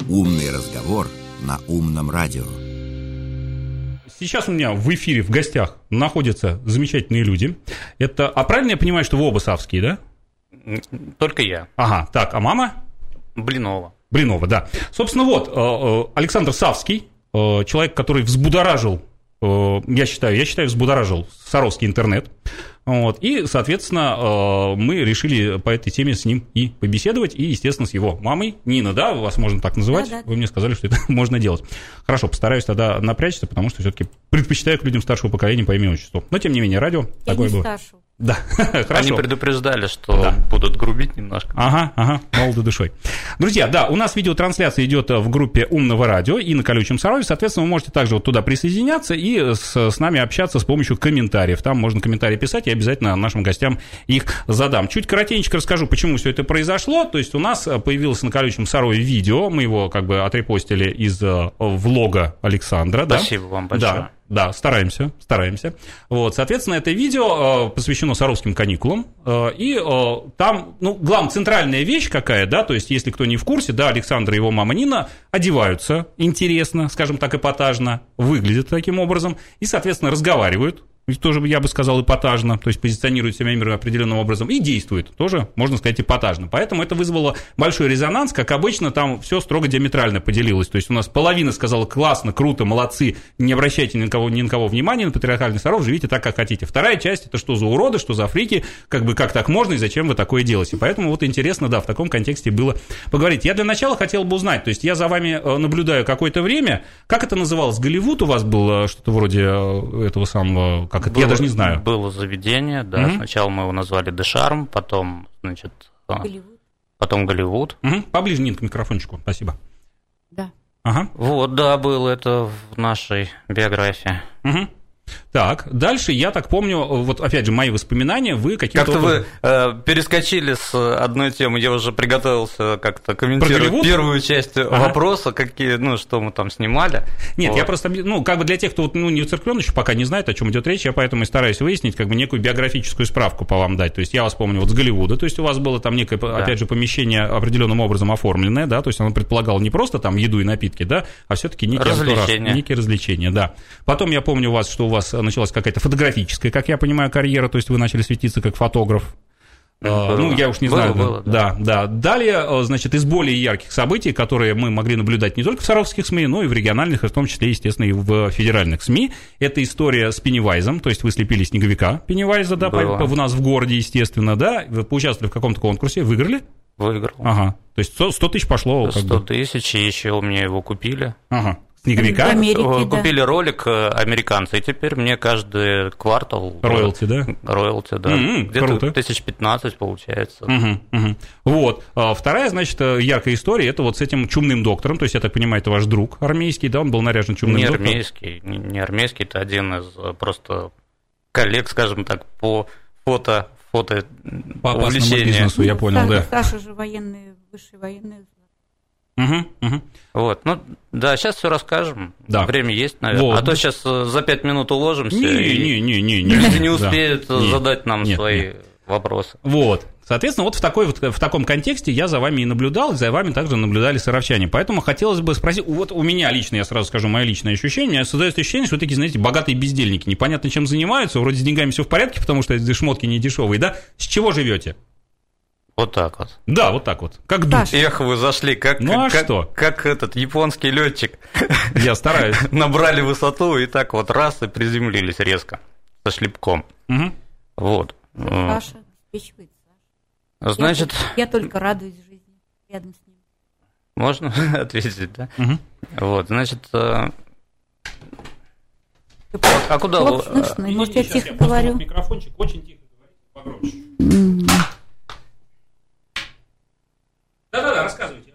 Умный разговор на умном радио. Сейчас у меня в эфире в гостях находятся замечательные люди. Это, правильно я понимаю, что вы оба савские, да? Только я. Ага, так, а мама? Блинова, да. Собственно, вот, Александр Савский, человек, который взбудоражил, я считаю, взбудоражил саровский интернет. Вот, и, соответственно, мы решили по этой теме с ним и побеседовать, и, естественно, с его мамой. Нина, да, вас можно так называть? Да. Вы мне сказали, что это можно делать. Хорошо, постараюсь тогда напрячься, потому что все-таки предпочитаю к людям старшего поколения по имени и отчеству. Но, тем не менее, радио я такое было. Старшего. Да, хорошо. Они предупреждали, что будут грубить немножко. Ага, молодой душой. Друзья, да, у нас видеотрансляция идет в группе Умного радио и на Колючем Сарове. Соответственно, вы можете также вот туда присоединяться и с нами общаться с помощью комментариев. Там можно комментарии писать, я обязательно нашим гостям их задам. Чуть коротенько расскажу, почему все это произошло. То есть у нас появилось на Колючем Сарове видео, мы его как бы отрепостили из влога Александра. Спасибо вам большое. Да, стараемся. Вот, соответственно, это видео посвящено саровским каникулам, и там, главная центральная вещь какая, да, то есть, если кто не в курсе, да, Александр и его мама Нина одеваются интересно, скажем так, эпатажно, выглядят таким образом, и, соответственно, разговаривают, тоже, я бы сказал, эпатажно, то есть позиционирует себя мир определенным образом и действует тоже, можно сказать, эпатажно. Поэтому это вызвало большой резонанс, как обычно, там все строго диаметрально поделилось. То есть у нас половина сказала: классно, круто, молодцы, не обращайте ни на кого внимания, на патриархальный Саров, живите так, как хотите. Вторая часть — это что за уроды, что за фрики, как так можно и зачем вы такое делаете. Поэтому вот интересно, да, в таком контексте было поговорить. Я для начала хотел бы узнать, то есть я за вами наблюдаю какое-то время, как это называлось? Голливуд у вас было что-то вроде этого самого... Я даже не знаю. Было заведение, да. Угу. Сначала мы его назвали Дешарм, потом, значит... Голливуд. Потом Голливуд. Угу. Поближе, Нин, к микрофончику. Спасибо. Да. Ага. Вот, да, было это в нашей биографии. Угу. Так, дальше, я так помню, вот опять же, мои воспоминания, вы каким-то... Как-то вы перескочили с одной темы, я уже приготовился как-то комментировать первую часть вопроса, что мы там снимали. Нет, я просто, для тех, кто не уцерквлен еще пока не знает, о чем идет речь, я поэтому и стараюсь выяснить некую биографическую справку по вам дать. То есть я вас помню вот с Голливуда, то есть у вас было там некое, опять же, помещение определенным образом оформленное, да, то есть оно предполагало не просто там еду и напитки, да, а все-таки некие развлечения, да. Потом я помню у вас, что у вас началась какая-то фотографическая, как я понимаю, карьера, то есть вы начали светиться как фотограф. Я уж не знаю. Было, да. Далее, значит, из более ярких событий, которые мы могли наблюдать не только в саровских СМИ, но и в региональных, в том числе, естественно, и в федеральных СМИ, это история с Пеннивайзом, то есть вы слепили снеговика Пеннивайза, да, у нас в городе, естественно, да, вы поучаствовали в каком-то конкурсе, выиграли? Выиграл. Ага, то есть 100 тысяч пошло. 100 тысяч, и еще у меня его купили. Ага. Снеговика? Купили ролик американцы, и теперь мне каждый квартал... Роялти, да? Роялти, да. Где-то круто. 1500 получается. Вот. Вторая, значит, яркая история, это вот с этим чумным доктором, то есть, я так понимаю, это ваш друг армейский, да, он был наряжен чумным доктором? Не армейский, это один из просто коллег, скажем так, по фото по опасному бизнесу, я понял, да. Саша же военный, высший военный. Вот, сейчас все расскажем. Да. Время есть, наверное. Вот. А то сейчас за 5 минут уложимся. Не. Люди не успеют задать нам свои вопросы. Вот. Соответственно, вот в таком контексте я за вами и наблюдал, и за вами также наблюдали саровчане. Поэтому хотелось бы спросить, вот у меня лично, я сразу скажу, мое личное ощущение, у меня создается ощущение, что вы такие, знаете, богатые бездельники, непонятно чем занимаются, вроде с деньгами все в порядке, потому что эти шмотки не дешевые, да? С чего живете? Вот так вот. Да, вот так вот. Как дуть. Эх, вы зашли, как этот японский летчик. Я стараюсь. Набрали высоту и так вот раз и приземлились резко со шлепком. Вот. Саша обеспечивает. Значит... Я только радуюсь жизни рядом с ним. Можно ответить, да? Вот, значит... А куда вы... Слышно, может, я тихо говорю? Микрофончик очень тихо говорит, погромче. Да, рассказывайте.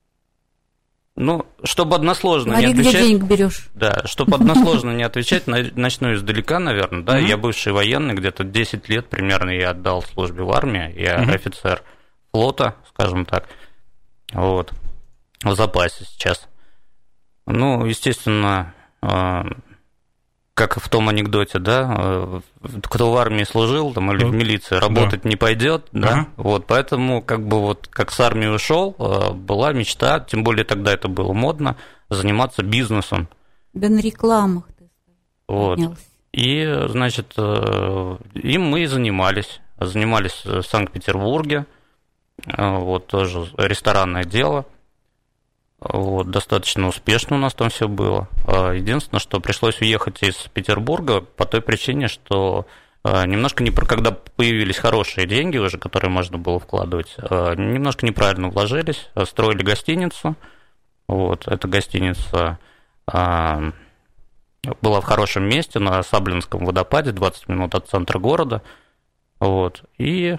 Чтобы односложно не отвечать... где денег берешь. Да, чтобы односложно не отвечать, начну издалека, наверное, да. Я бывший военный, где-то 10 лет примерно я отдал службе в армии, я офицер флота, скажем так, вот, в запасе сейчас. Естественно, как в том анекдоте, да, кто в армии служил там, или в милиции, работать не пойдет, да, вот, поэтому как бы вот как с армии ушел, была мечта, тем более тогда это было модно, заниматься бизнесом. Да на рекламах ты вот. поднялся. И, значит, им мы и занимались в Санкт-Петербурге, вот, тоже ресторанное дело. Вот, достаточно успешно у нас там все было. Единственное, что пришлось уехать из Петербурга по той причине, что немножко когда появились хорошие деньги уже, которые можно было вкладывать, немножко неправильно вложились, строили гостиницу. Вот, эта гостиница была в хорошем месте на Саблинском водопаде, 20 минут от центра города. Вот, и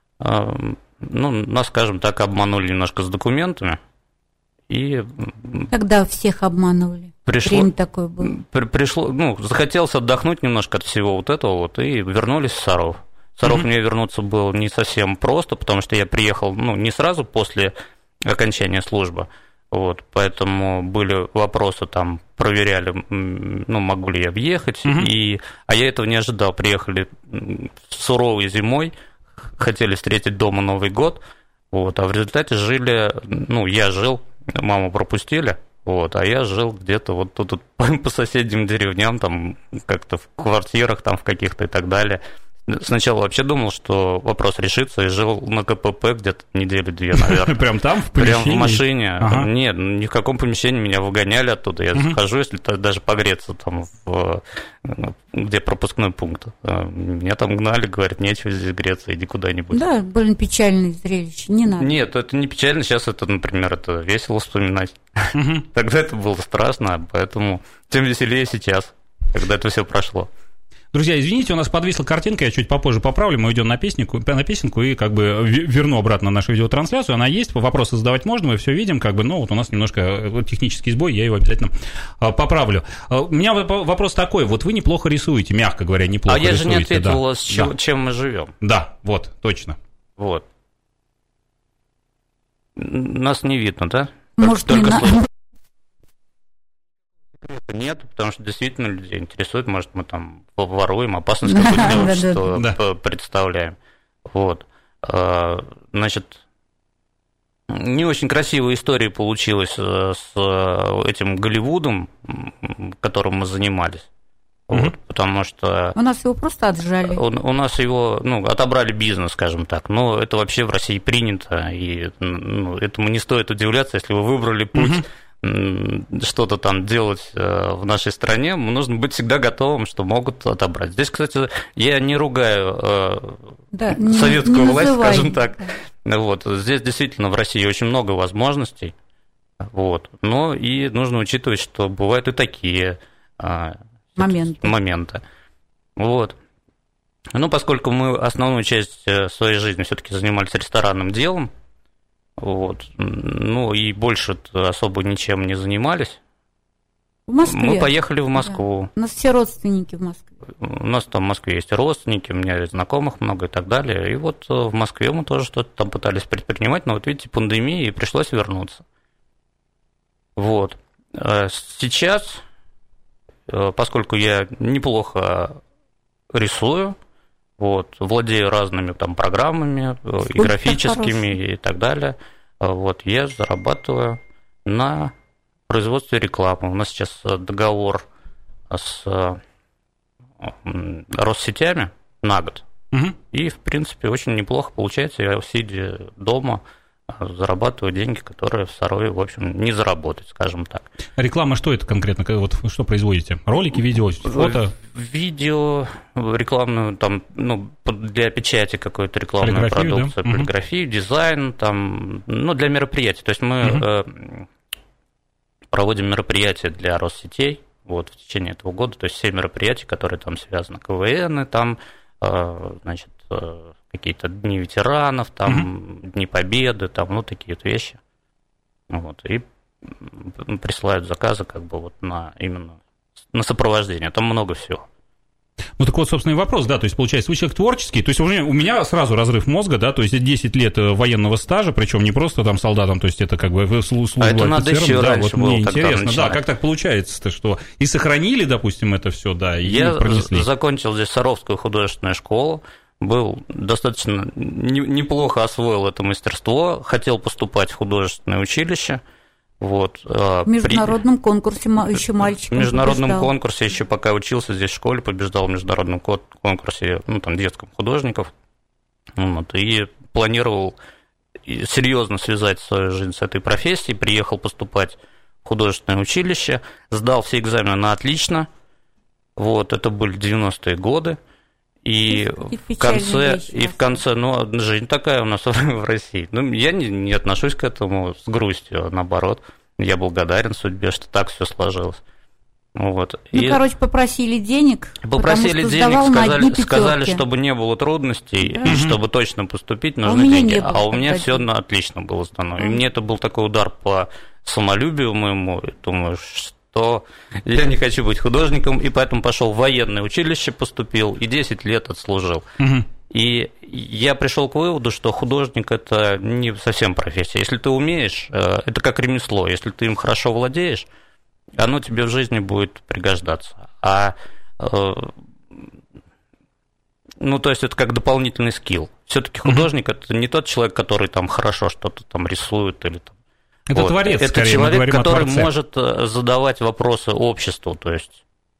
нас, скажем так, обманули немножко с документами. И Когда всех обманывали. Время такое было. Захотелось отдохнуть немножко от всего вот этого вот, и вернулись в Саров. В Саров мне вернуться было не совсем просто, потому что я приехал не сразу после окончания службы, вот, поэтому были вопросы, там проверяли, могу ли я въехать, а я этого не ожидал. Приехали суровой зимой, хотели встретить дома Новый год, вот, а в результате я жил, маму пропустили, вот, а я жил где-то вот тут по соседним деревням, там как-то в квартирах там в каких-то и так далее. Сначала вообще думал, что вопрос решится, и жил на КПП где-то недели-две, наверное. Прям там, в помещении? Прям в машине. Нет, ни в каком помещении, меня выгоняли оттуда. Я захожу, если даже погреться там, где пропускной пункт. Меня там гнали, говорят, нечего здесь греться, иди куда-нибудь. Да, блин, печальное зрелище, не надо. Нет, это не печально, сейчас это, например, это весело вспоминать. Тогда это было страшно, поэтому тем веселее сейчас, когда это все прошло. Друзья, извините, у нас подвисла картинка, я чуть попозже поправлю, мы идем на песенку и как бы верну обратно нашу видеотрансляцию, она есть, вопросы задавать можно, мы все видим, как бы, но вот у нас немножко технический сбой, я его обязательно поправлю. У меня вопрос такой, вот вы неплохо рисуете, мягко говоря, неплохо рисуете. А я же не ответил, чем мы живем. Да, вот, точно. Вот. Нас не видно, да? Может, только не слышно. Нет, потому что действительно людей интересует, может, мы там воруем, опасность какую-то представляем. Вот. Значит, не очень красивая история получилась с этим Голливудом, которым мы занимались. Вот, потому что... У нас его просто отжали. У нас его, отобрали бизнес, скажем так. Но это вообще в России принято, и этому не стоит удивляться, если вы выбрали путь... что-то там делать в нашей стране, нужно быть всегда готовым, что могут отобрать. Здесь, кстати, я не ругаю советскую власть, скажем так. Вот. Здесь действительно в России очень много возможностей, вот. Но и нужно учитывать, что бывают и такие моменты. Вот. Поскольку мы основную часть своей жизни все-таки занимались ресторанным делом, вот. И больше особо ничем не занимались. В Москве. Мы поехали в Москву. Да. У нас все родственники в Москве. У нас там в Москве есть родственники, у меня знакомых много и так далее. И вот в Москве мы тоже что-то там пытались предпринимать, но вот видите, пандемия, и пришлось вернуться. Вот. Сейчас, поскольку я неплохо рисую, вот, владею разными там программами, и графическими, и так далее. Вот, я зарабатываю на производстве рекламы. У нас сейчас договор с Россетями на год. И, в принципе, очень неплохо получается. Я, сидя дома, зарабатываю деньги, которые в Сарове, в общем, не заработать, скажем так. Реклама, что это конкретно? Вот что производите? Ролики, видео, фото? Видео, рекламную, там, для печати какой-то рекламную продукцию, полиграфию, дизайн, там, для мероприятий. То есть мы проводим мероприятия для Россетей, вот, в течение этого года, то есть все мероприятия, которые там связаны, КВН, там, значит, какие-то дни ветеранов, там, Дни Победы, там, такие вот вещи. Вот, и присылают заказы как бы вот именно на сопровождение, там много всего. Ну, так вот, собственно, и вопрос, да, то есть, получается, вы человек творческий, то есть, у меня сразу разрыв мозга, да, то есть, 10 лет военного стажа, причем не просто там солдатом, то есть, это как бы служба офицером, да, вот мне интересно, да, как так получается-то, что и сохранили, допустим, это все, да, и пронесли. Я закончил здесь Саровскую художественную школу, был достаточно неплохо освоил это мастерство, хотел поступать в художественное училище. Вот. В международном конкурсе еще мальчиком В международном побеждал. конкурсе еще пока учился здесь в школе, побеждал в международном конкурсе, ну, там, детском художников. Вот, и планировал серьезно связать свою жизнь с этой профессией, приехал поступать в художественное училище, сдал все экзамены на отлично. Вот, это были 90-е годы. И в конце, ну, жизнь такая у нас в России. Ну, я не отношусь к этому с грустью, наоборот. Я благодарен судьбе, что так все сложилось. Вот. Ну, короче, попросили денег, сказали, чтобы не было трудностей, чтобы точно поступить, нужны деньги. А у меня все на отлично было сдано. И мне это был такой удар по самолюбию моему. Думаю, что я не хочу быть художником, и поэтому пошел в военное училище, поступил, и 10 лет отслужил. И я пришел к выводу, что художник – это не совсем профессия. Если ты умеешь, это как ремесло, если ты им хорошо владеешь, оно тебе в жизни будет пригождаться. Ну, то есть это как дополнительный скилл. Все-таки художник – это не тот человек, который там хорошо что-то там рисует или там. Это вот. Творец, это скорее, человек, который может задавать вопросы обществу, то есть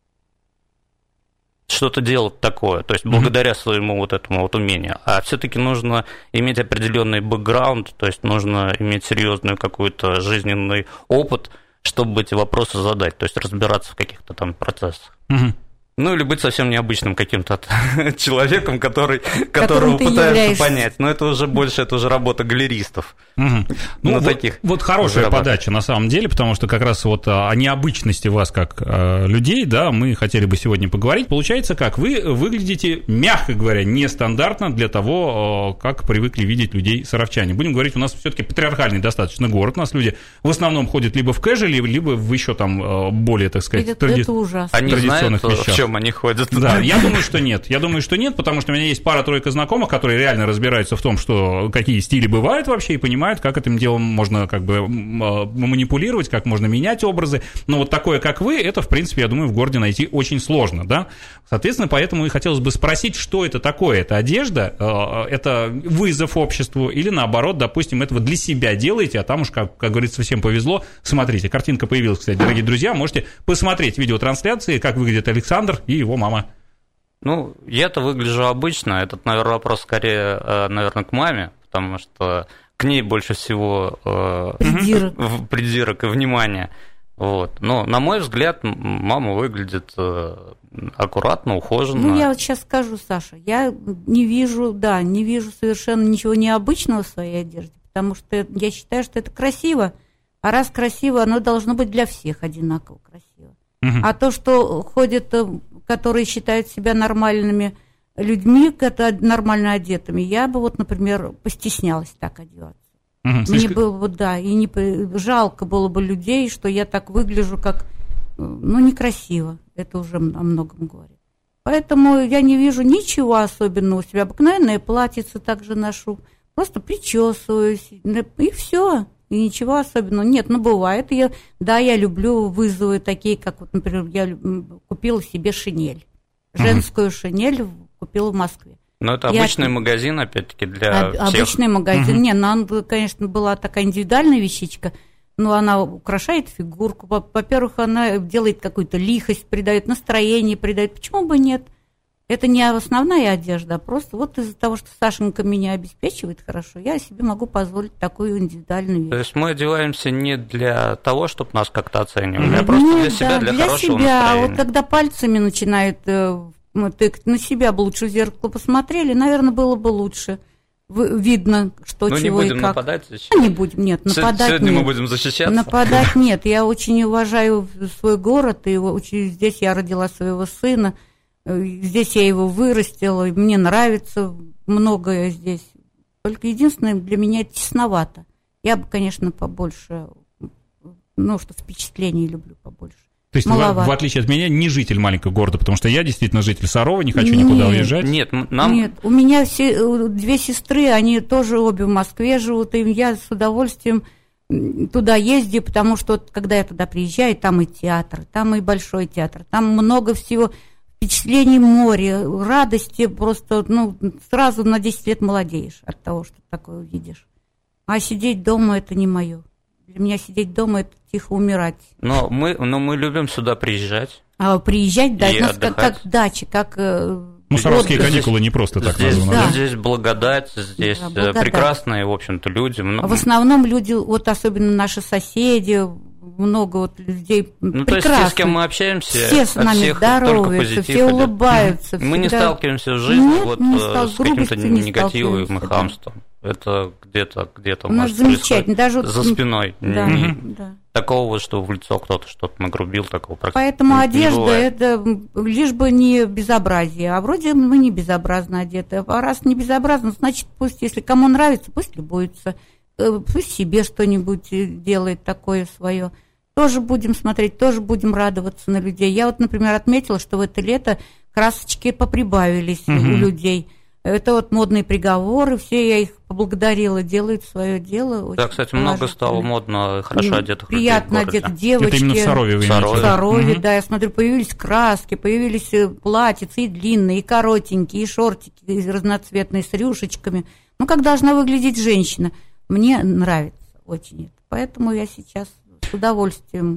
что-то делать такое, то есть благодаря своему вот этому вот умению. А все-таки нужно иметь определенный бэкграунд, то есть нужно иметь серьезный какой-то жизненный опыт, чтобы эти вопросы задать, то есть разбираться в каких-то там процессах. Ну, или быть совсем необычным каким-то человеком, которого пытаются понять. Но это уже больше, это уже работа галеристов. Ну, вот хорошая подача, на самом деле, потому что как раз вот о необычности вас как людей, да, мы хотели бы сегодня поговорить. Получается, как вы выглядите, мягко говоря, нестандартно для того, как привыкли видеть людей саровчане. Будем говорить, у нас все-таки патриархальный достаточно город, у нас люди в основном ходят либо в кэжуале, либо в еще там более, так сказать, традиционных вещах. Они ходят. Да, я думаю, что нет. Я думаю, что нет, потому что у меня есть пара-тройка знакомых, которые реально разбираются в том, что какие стили бывают вообще, и понимают, как этим делом можно как бы манипулировать, как можно менять образы. Но вот такое, как вы, это, в принципе, я думаю, в городе найти очень сложно, да. Соответственно, поэтому и хотелось бы спросить, что это такое? Это одежда? Это вызов обществу? Или наоборот, допустим, этого для себя делаете, а там уж, как говорится, всем повезло. Смотрите, картинка появилась, кстати, дорогие друзья, можете посмотреть видеотрансляции, как выглядит Александр и его мама. Ну, я-то выгляжу обычно. Этот, наверное, вопрос скорее, наверное, к маме, потому что к ней больше всего придирок и внимания. Вот. Но, на мой взгляд, мама выглядит аккуратно, ухоженно. Ну, я вот сейчас скажу, Саша, я не вижу совершенно ничего необычного в своей одежде, потому что я считаю, что это красиво, а раз красиво, оно должно быть для всех одинаково красиво. А то, что ходят, которые считают себя нормальными людьми, нормально одетыми, я бы вот, например, постеснялась так одеваться. Мне было бы, да, и не жалко было бы людей, что я так выгляжу, как, ну, некрасиво. Это уже о многом говорит. Поэтому я не вижу ничего особенного у себя. Обыкновенное платьице также ношу, просто причесываюсь, и все. И ничего особенного. Нет, ну бывает. Я люблю вызовы такие, как, вот, например, я купила себе шинель. Женскую шинель купила в Москве. Но это обычный магазин, опять-таки, для всех. Обычный магазин. Не, ну, она, конечно, была такая индивидуальная вещичка, но она украшает фигурку. Во-первых, она делает какую-то лихость, придает настроение, придает. Почему бы нет? Это не основная одежда, а просто вот из-за того, что Сашенька меня обеспечивает хорошо, я себе могу позволить такую индивидуальную вещь. То есть мы одеваемся не для того, чтобы нас как-то оценивали, а просто для себя, для хорошего настроения. А вот когда пальцами начинают тыкать, на себя бы лучше в зеркало посмотрели, наверное, было бы лучше. Видно, что чего и как. Ну, не будем нападать сейчас? Не будем, нет, нападать Сегодня нет. мы будем защищаться? Нападать нет. Я очень уважаю свой город, и здесь я родила своего сына. Здесь я его вырастила, и мне нравится многое здесь. Только единственное, для меня тесновато. Я бы, конечно, побольше, ну, что впечатлений люблю побольше. То есть вы, в отличие от меня, не житель маленького города, потому что я действительно житель Сарова, не хочу никуда уезжать. Нет, у меня две сестры, они тоже обе в Москве живут, и я с удовольствием туда ездил, потому что когда я туда приезжаю, там и театр, там и большой театр, там много всего, впечатлений море, радости, просто сразу на 10 лет молодеешь от того, что такое увидишь. А сидеть дома – это не мое. Для меня сидеть дома – это тихо умирать. Но мы любим сюда приезжать. Приезжать, да, как дача, как... Саровские каникулы не просто так названы. Да. Здесь благодать, здесь прекрасные, в общем-то, люди. В основном люди, вот особенно наши соседи, много вот людей прекрасных. То есть все, с кем мы общаемся, все с нами здороваются, все улыбаются. Мы не сталкиваемся в жизни с каким-то негативом и хамством. Это где-то может происходить за спиной. Да. Такого, что в лицо кто-то что-то нагрубил, такого практически Поэтому не одежда бывает. Это лишь бы не безобразие. А вроде мы не безобразно одеты. А раз не безобразно, значит, пусть, если кому нравится, пусть любуется. Пусть себе что-нибудь делает такое свое. Тоже будем смотреть, тоже будем радоваться на людей. Я вот, например, отметила, что в это лето красочки поприбавились у людей. Это вот модные приговоры, все, я их поблагодарила, делают свое дело. Да, кстати, много стало модно, хорошо одетых людей. Приятно одетых девочки. Это именно в Сарове вы имеете? В Сарове, да, я смотрю, появились краски, появились платьица и длинные, и коротенькие, и шортики и разноцветные с рюшечками. Как должна выглядеть женщина. Мне нравится очень это. Поэтому я сейчас с удовольствием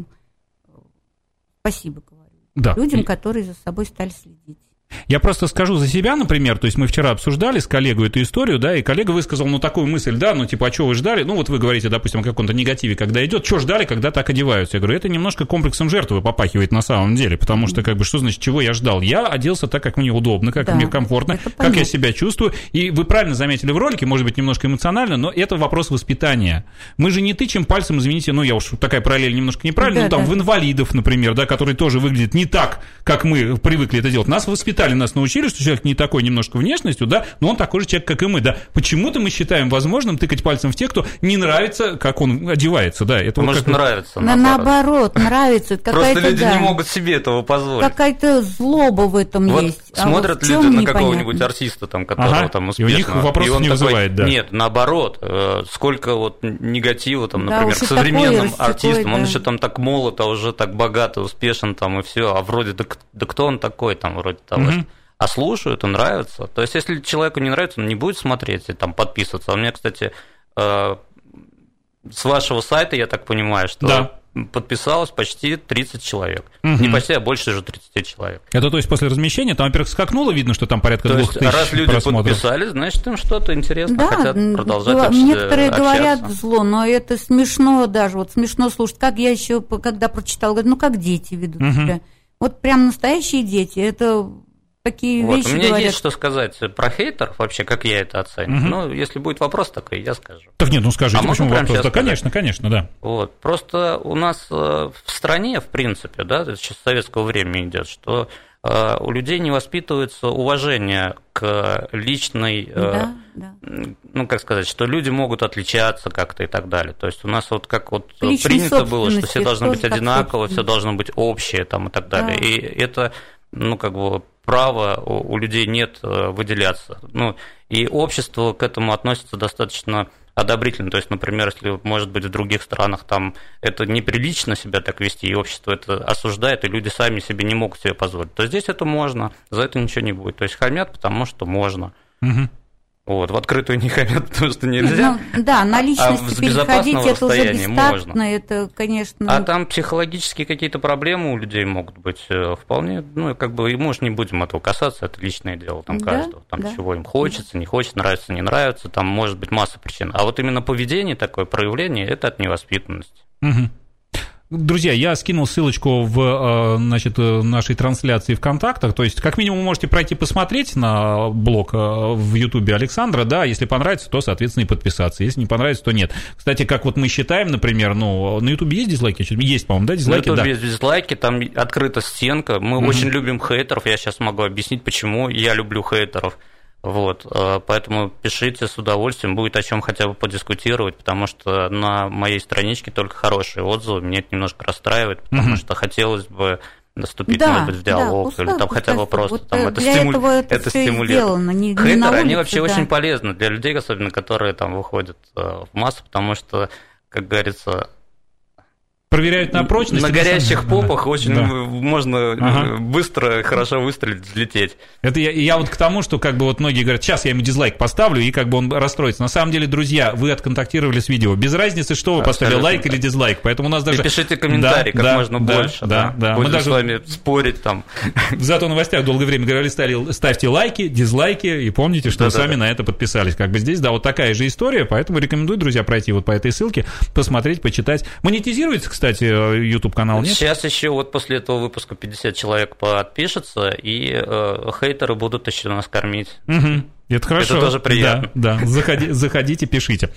спасибо говорю людям, которые за собой стали следить. Я просто скажу за себя, например, то есть мы вчера обсуждали с коллегой эту историю, да, и коллега высказал, такую мысль, да, а что вы ждали? Вот вы говорите, допустим, о каком-то негативе, когда идет, что ждали, когда так одеваются? Я говорю, это немножко комплексом жертвы попахивает на самом деле, потому что, что значит, чего я ждал? Я оделся так, как мне удобно, как мне комфортно, как я себя чувствую, и вы правильно заметили в ролике, может быть, немножко эмоционально, но это вопрос воспитания. Мы же не тычем пальцем, извините, я уж такая параллель немножко неправильная, в инвалидов, например, да, которые тоже выглядят не так, как мы привыкли это делать. Нас воспитали, нас научили, что человек не такой немножко внешностью, да, но он такой же человек, как и мы, да. Почему-то мы считаем возможным тыкать пальцем в тех, кто не нравится, как он одевается, да. Это может, нравится, наоборот, нравится. Просто люди не могут себе этого позволить. Какая-то злоба в этом есть. Смотрят люди на какого-нибудь артиста, которого там успешно. И у них вопросов не вызывает, да. Нет, наоборот, сколько негатива, например, к современным артистам, он еще там так молод, а уже так богат и успешен, и все, а вроде, да кто он такой, вроде того, что... А слушают и нравится. То есть, если человеку не нравится, он не будет смотреть и подписываться. У меня, кстати, с вашего сайта, я так понимаю, что подписалось почти 30 человек. Не почти, а больше уже 30 человек. Это, то есть, после размещения, там, во-первых, скакнуло, видно, что там порядка 2000 просмотров. Раз люди подписались, значит, им что-то интересно, хотят продолжать общаться. Некоторые говорят зло, но это смешно даже. Смешно слушать. Как я еще, когда прочитала, говорю, как дети ведут себя. Вот прям настоящие дети, это... Такие вещи у меня говорят. есть что сказать про хейтеров, вообще, как я это оцениваю. Если будет вопрос такой, я скажу. Так нет, скажите, почему вопрос? Да, конечно, да. Просто у нас в стране, в принципе, да, это сейчас с советского времени идет, что у людей не воспитывается уважение к личной, как сказать, что люди могут отличаться как-то и так далее. То есть у нас принято было, что все должны быть одинаковы, все должно быть общее и так далее. И это, права у людей нет выделяться. И общество к этому относится достаточно одобрительно. То есть, например, если, может быть, в других странах там это неприлично себя так вести, и общество это осуждает, и люди сами себе не могут себе позволить, то здесь это можно, за это ничего не будет. То есть хамят, потому что можно. В открытую не хамят, потому что нельзя. На личности переходить это уже бестактно, это, конечно... А там психологические какие-то проблемы у людей могут быть вполне, мы уж не будем этого касаться, это личное дело каждого, чего им хочется, не хочется, нравится, не нравится, там может быть масса причин. А вот именно поведение такое, проявление, это от невоспитанности. Друзья, я скинул ссылочку в нашей трансляции ВКонтактах, то есть как минимум вы можете пройти посмотреть на блог в Ютубе Александра, да, если понравится, то, соответственно, и подписаться, если не понравится, то нет. Кстати, как мы считаем, например, на Ютубе есть дизлайки? Есть, по-моему, да, дизлайки? На Ютубе есть дизлайки, там открыта стенка, мы очень любим хейтеров, я сейчас могу объяснить, почему я люблю хейтеров. Вот, поэтому пишите с удовольствием, будет о чем хотя бы подискутировать, потому что на моей страничке только хорошие отзывы, меня это немножко расстраивает, потому что хотелось бы доступить, может быть, в диалог, или там хотя бы просто вот там, это стимулирует. Хейтеры, они вообще очень полезны для людей, особенно которые там выходят в массу, потому что, как говорится... Проверяют на прочность. На горящих попах очень можно быстро, хорошо выстрелить, взлететь. Это я вот к тому, что как бы вот многие говорят, сейчас я ему дизлайк поставлю, и как бы он расстроится. На самом деле, друзья, вы отконтактировали с видео. Без разницы, что вы поставили, лайк или дизлайк. Поэтому у нас даже... И пишите комментарии как можно больше. Будем с вами спорить там. Зато в новостях долгое время говорили, ставьте лайки, дизлайки, и помните, что вы сами на это подписались. Как бы здесь, да, вот такая же история, поэтому рекомендую, друзья, пройти вот по этой ссылке, посмотреть, почитать. Монетизируется, кстати, YouTube-канал, нет? Сейчас еще вот после этого выпуска 50 человек подпишется, и хейтеры будут еще нас кормить. Угу. Это хорошо. Это тоже приятно. Да. Заходите, пишите.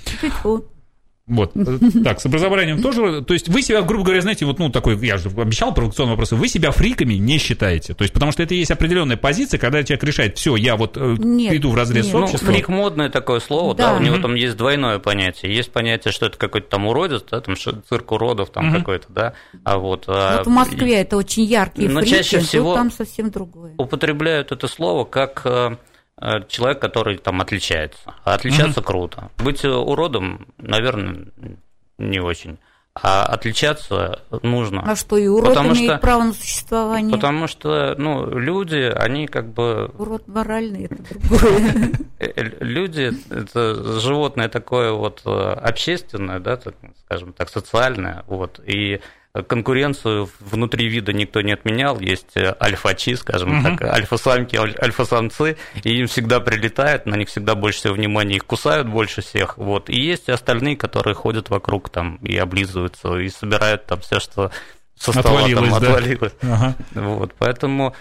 Вот. Так, с образованием тоже. То есть вы себя, грубо говоря, знаете, вот, ну, такой, я же обещал провокационный вопрос, вы себя фриками не считаете. То есть, потому что это есть определенная позиция, когда человек решает, все, я вот иду в разрез с обществом. Ну, фрик модное такое слово, да, у него там есть двойное понятие. Есть понятие, что это какой-то там уродец, да, там цирк уродов там какой-то, да. Вот в Москве это очень яркие фрики, чаще всего там совсем другое. Употребляют это слово как человек, который там отличается. А отличаться круто. Быть уродом, наверное, не очень. А отличаться нужно. А что, и урод имеет право на существование? Потому что, ну, люди, они как бы... Урод моральный, это другое. Люди, это животное такое вот общественное, да, скажем так, социальное, вот, и конкуренцию внутри вида никто не отменял, есть альфачи, скажем так, альфа-самки, альфа-самцы, и им всегда прилетает, на них всегда больше всего внимания, их кусают больше всех, вот, и есть остальные, которые ходят вокруг там и облизываются, и собирают там все, что со стола там отвалилось. Вот, поэтому,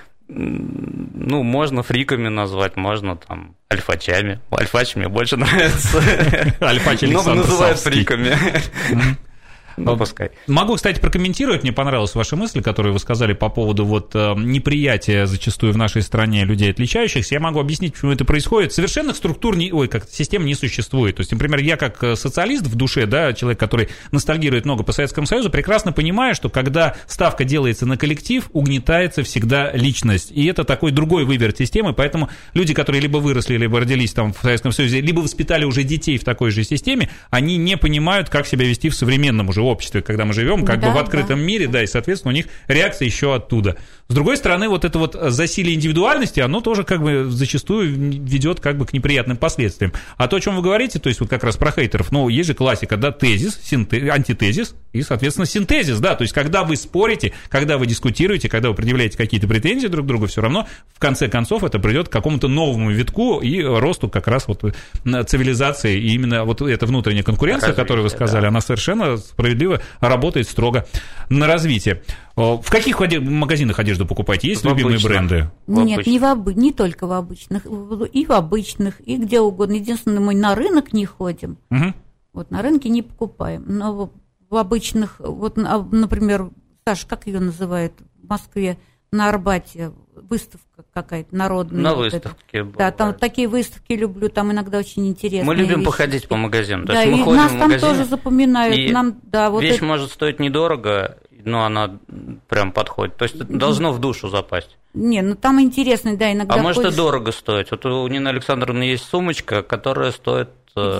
ну, можно фриками назвать, можно там альфачами. Альфач мне больше нравится. Альфач Александр Но называют фриками. Ну, пускай. Могу, кстати, прокомментировать. Мне понравилась ваша мысль, которую вы сказали по поводу вот неприятия зачастую в нашей стране людей, отличающихся. Я могу объяснить, почему это происходит. Совершенных структур, систем не существует. То есть, например, я как социалист в душе, да, человек, который ностальгирует много по Советскому Союзу, прекрасно понимаю, что когда ставка делается на коллектив, угнетается всегда личность. И это такой другой выверт системы, поэтому люди, которые либо выросли, либо родились там в Советском Союзе, либо воспитали уже детей в такой же системе, они не понимают, как себя вести в современном уже обществе, когда мы живем, как бы в открытом мире, да, и, соответственно, у них реакция еще оттуда. С другой стороны, вот это вот засилие индивидуальности, оно тоже как бы зачастую ведет как бы к неприятным последствиям. А то, о чем вы говорите, то есть вот как раз про хейтеров, ну, есть же классика, да, тезис, антитезис и, соответственно, синтезис, да, то есть когда вы спорите, когда вы дискутируете, когда вы предъявляете какие-то претензии друг к другу, все равно, в конце концов, это придет к какому-то новому витку и росту как раз вот цивилизации, и именно вот эта внутренняя конкуренция, которую вы сказали, она совершенно справедливо работает строго на развитие. В каких магазинах одежду покупаете? Есть любимые бренды? Нет, не только в обычных, и в обычных, и где угодно. Единственное, мы на рынок не ходим. Вот на рынке не покупаем. Но в обычных, вот, например, Саша, как ее называют в Москве, на Арбате, выставка какая-то народная. На вот выставке. Да, там такие выставки люблю, там иногда очень интересно. Мы любим походить по магазинам. Да, то есть мы ходим нас в там магазин, тоже запоминают. И вот вещь может стоить недорого, но она прям подходит. То есть должно в душу запасть. Не, ну там интересно, да, иногда. А может и дорого стоить. Вот у Нины Александровны есть сумочка, которая стоит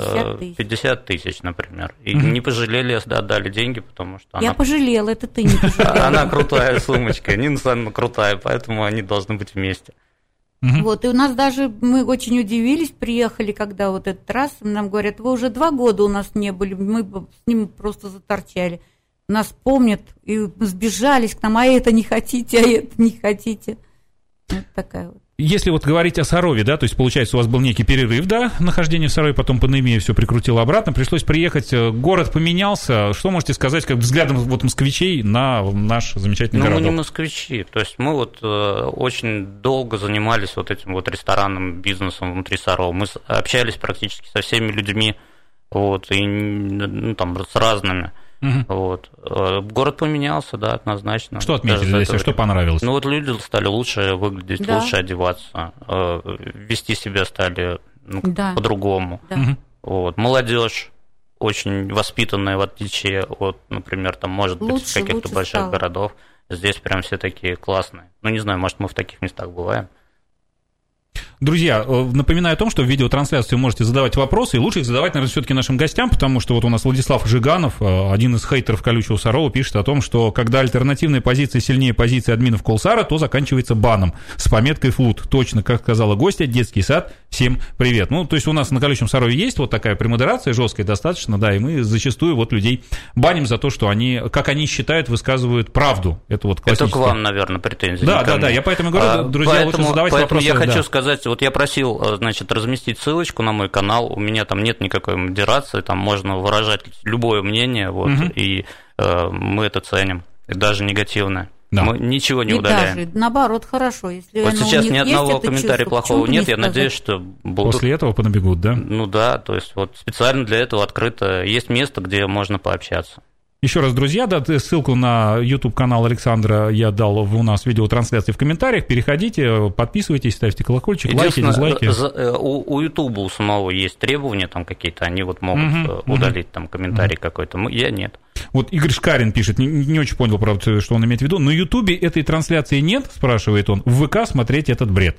50 тысяч, например. И не пожалели, отдали деньги, потому что Я пожалела, это ты не пожалела. Она крутая сумочка, Нина Александровна крутая, поэтому они должны быть вместе. Вот, и у нас даже, мы очень удивились, приехали, когда вот этот раз, нам говорят, вы уже 2 года у нас не были, мы с ним просто заторчали. Нас помнят и сбежались к нам, а это не хотите, а это не хотите. Вот такая вот. Если вот говорить о Сарове, да, то есть, получается, у вас был некий перерыв, да, нахождение в Сарове, потом пандемия все прикрутила обратно, пришлось приехать, город поменялся. Что можете сказать, как взглядом вот москвичей на наш замечательный городок? Мы не москвичи, то есть мы вот очень долго занимались вот этим вот ресторанным бизнесом внутри Сарова. Мы общались практически со всеми людьми, вот, и там с разными. Вот. Город поменялся, да, однозначно. Что отметили, если что понравилось? Ну, вот люди стали лучше выглядеть, лучше одеваться, вести себя стали по-другому. Да. Вот. Молодежь очень воспитанная, в отличие от, например, там, может быть, каких-то больших городов. Здесь прям все такие классные. Ну, не знаю, может, мы в таких местах бываем. Друзья, напоминаю о том, что в видеотрансляции вы можете задавать вопросы, и лучше их задавать, наверное, все-таки нашим гостям, потому что вот у нас Владислав Жиганов, один из хейтеров колючего Сарова, пишет о том, что когда альтернативная позиция сильнее позиции админов Колсара, то заканчивается баном с пометкой «флут». Точно, как сказала гостья, детский сад, всем привет. Ну, то есть у нас на колючем Сарове есть вот такая премодерация жесткая достаточно, да, и мы зачастую вот людей баним за то, что они, как они считают, высказывают правду. Это вот классическое. Это к вам, наверное, претензии. Да, я поэтому говорю, друзья, лучше задавать вопросы. Я хочу сказать, вот я просил, значит, разместить ссылочку на мой канал, у меня там нет никакой модерации, там можно выражать любое мнение, вот, и мы это ценим, и даже негативное. Да. Мы ничего не удаляем. Даже, наоборот, хорошо. Если вот сейчас ни одного комментария плохого нет, я надеюсь, что будут... После этого понабегут, да? Ну да, то есть вот специально для этого открыто, есть место, где можно пообщаться. Еще раз, друзья, да, ссылку на YouTube-канал Александра я дал у нас в видеотрансляции в комментариях. Переходите, подписывайтесь, ставьте колокольчик, лайки, дизлайки. У YouTube у самого есть требования там какие-то, они вот могут удалить там комментарий какой-то, я нет. Вот Игорь Шкарин пишет, не очень понял, правда, что он имеет в виду. На YouTube этой трансляции нет, спрашивает он, в ВК смотреть этот бред.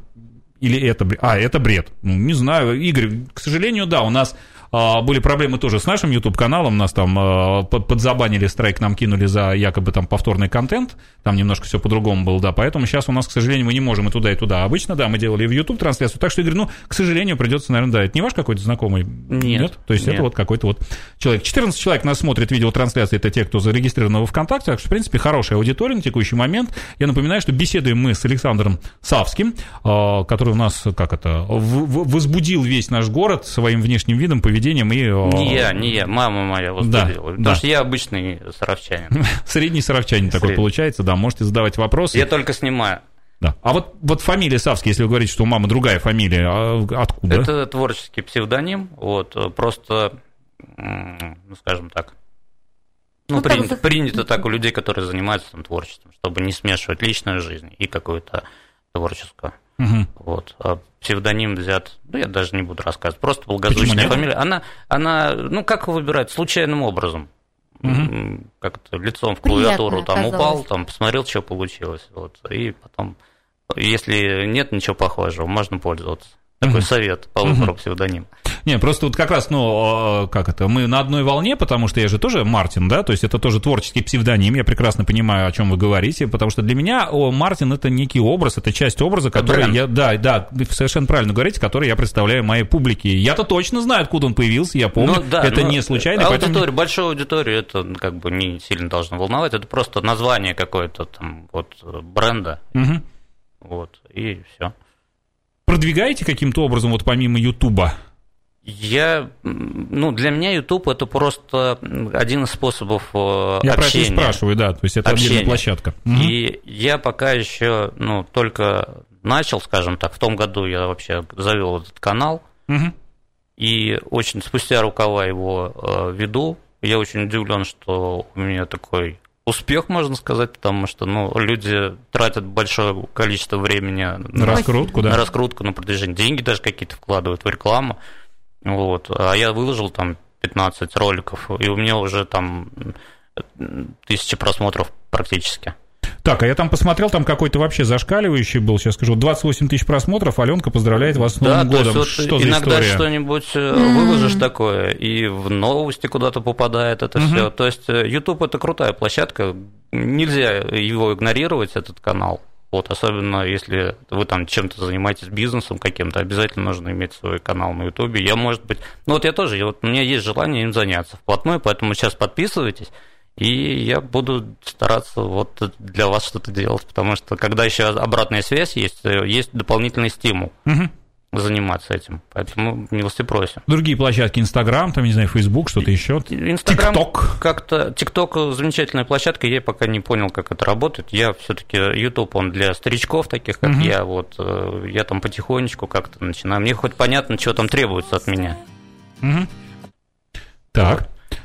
Или это бред? Это бред. Ну, не знаю, Игорь, к сожалению, да, у нас были проблемы тоже с нашим YouTube-каналом, нас там подзабанили, страйк нам кинули за якобы там повторный контент, там немножко все по-другому было, да, поэтому сейчас у нас, к сожалению, мы не можем и туда, и туда. Обычно, да, мы делали в YouTube-трансляцию, так что, Игорь, к сожалению, придется, наверное, да, это не ваш какой-то знакомый? Нет. То есть это вот какой-то вот человек. 14 человек нас смотрит видеотрансляции, это те, кто зарегистрирован во ВКонтакте, так что, в принципе, хорошая аудитория на текущий момент. Я напоминаю, что беседуем мы с Александром Савским, который у нас, возбудил весь наш город своим внешним видом, поведением и... Не я, мама моя возбудила. Потому что я обычный саровчанин. Средний саровчанин такой получается, да, можете задавать вопросы. Я только снимаю. Да. А вот фамилия Савский, если вы говорите, что у мамы другая фамилия, откуда? Это творческий псевдоним, вот, просто, скажем так, принято так у людей, которые занимаются там творчеством, чтобы не смешивать личную жизнь и какую-то творческую. Вот. А псевдоним взят, я даже не буду рассказывать, просто благозвучная фамилия. Она, как выбирать? Случайным образом. Как-то лицом в клавиатуру там упал, там посмотрел, что получилось. Вот, и потом, если нет ничего похожего, можно пользоваться. Такой совет по выбору псевдонима. Не, просто вот как раз, мы на одной волне, потому что я же тоже Мартин, да, то есть это тоже творческий псевдоним, я прекрасно понимаю, о чем вы говорите, потому что для меня Мартин — это некий образ, это часть образа, который вы совершенно правильно говорите, который я представляю моей публике. Я-то точно знаю, откуда он появился, я помню, это не случайно. Большую аудиторию это не сильно должно волновать, это просто название какое-то там бренда, вот, и все. Продвигаете каким-то образом, вот помимо Ютуба? Для меня YouTube — это просто один из способов общения. Я про это и спрашиваю, да, то есть это отдельная площадка. И я пока еще, только начал, скажем так, в том году я вообще завел этот канал, и очень спустя рукава его веду. Я очень удивлен, что у меня такой успех, можно сказать, потому что люди тратят большое количество времени на раскрутку, на продвижение, деньги даже какие-то вкладывают в рекламу. Вот. А я выложил там 15 роликов, и у меня уже там 1000 просмотров практически. Так, а я там посмотрел, там какой-то вообще зашкаливающий был, сейчас скажу, 28 тысяч просмотров, Аленка поздравляет вас с Новым годом. То есть, что за иногда история? Что-нибудь выложишь такое, и в новости куда-то попадает это все. То есть YouTube — это крутая площадка, нельзя его игнорировать, этот канал. Вот, особенно если вы там чем-то занимаетесь, бизнесом каким-то, обязательно нужно иметь свой канал на YouTube. Я, может быть, я тоже, у меня есть желание им заняться вплотную, поэтому сейчас подписывайтесь. И я буду стараться для вас что-то делать, потому что когда еще обратная связь есть дополнительный стимул заниматься этим. Поэтому милости просим. Другие площадки, Инстаграм, там, не знаю, Фейсбук, что-то еще. Инстаграм как-то. ТикТок замечательная площадка, я пока не понял, как это работает. Я все-таки YouTube, он для старичков, таких как я. Я там потихонечку как-то начинаю. Мне хоть понятно, что там требуется от меня. Так.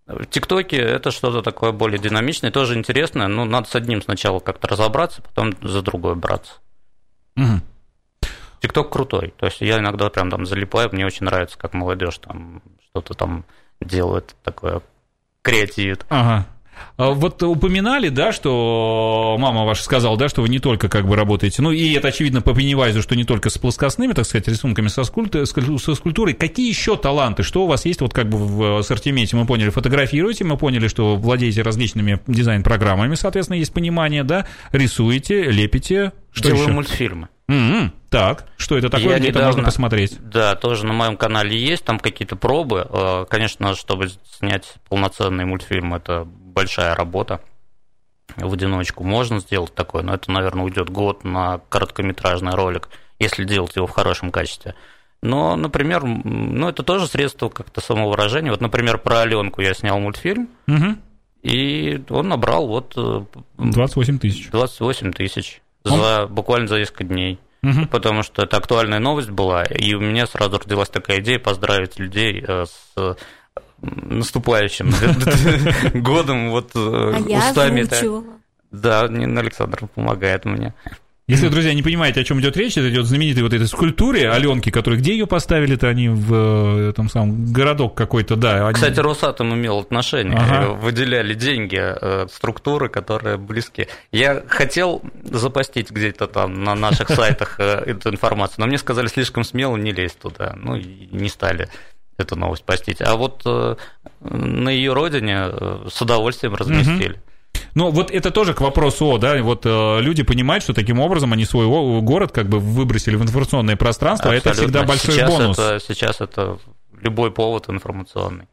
В ТикТоке это что-то такое более динамичное, тоже интересное, но надо с одним сначала как-то разобраться, потом за другое браться. Угу. ТикТок крутой, то есть я иногда прям там залипаю, мне очень нравится, как молодежь там что-то там делает такое, креативит. Ага. Вот упоминали, да, что мама ваша сказала, да, что вы не только как бы работаете, ну и это очевидно по Пеннивайзу, что не только с плоскостными, так сказать, рисунками со скульптурой. Какие еще таланты, что у вас есть вот как бы в ассортименте? Мы поняли, фотографируете, мы поняли, что владеете различными дизайн-программами, соответственно, есть понимание, да, рисуете, лепите, что делаю еще? Мультфильмы. Так, что это такое, где это можно посмотреть? Да, тоже на моем канале есть, там какие-то пробы. Конечно, чтобы снять полноценный мультфильм, это большая работа. В одиночку можно сделать такое, но это, наверное, уйдет год на короткометражный ролик, если делать его в хорошем качестве. Но, например, это тоже средство как-то самовыражения. Вот, например, про Аленку я снял мультфильм, и он набрал 28 тысяч. 28 тысяч. Буквально за несколько дней. Потому что это актуальная новость была, и у меня сразу родилась такая идея поздравить людей с наступающим годом. Я озвучивала. Да, Александр помогает мне. Если, друзья, не понимаете, о чем идет речь, это идет знаменитой вот этой скульптуре Аленки, которую где ее поставили-то они в там самом городок какой-то, да. Кстати, Росатом имел отношение, выделяли деньги, структуры, которые близки. Я хотел запостить где-то там на наших сайтах эту информацию, но мне сказали, слишком смело не лезть туда, и не стали эту новость постить. А вот на ее родине с удовольствием разместили. Ну, вот это тоже к вопросу, да, вот люди понимают, что таким образом они свой город как бы выбросили в информационное пространство, абсолютно. А это всегда большой бонус. Сейчас это любой повод информационный.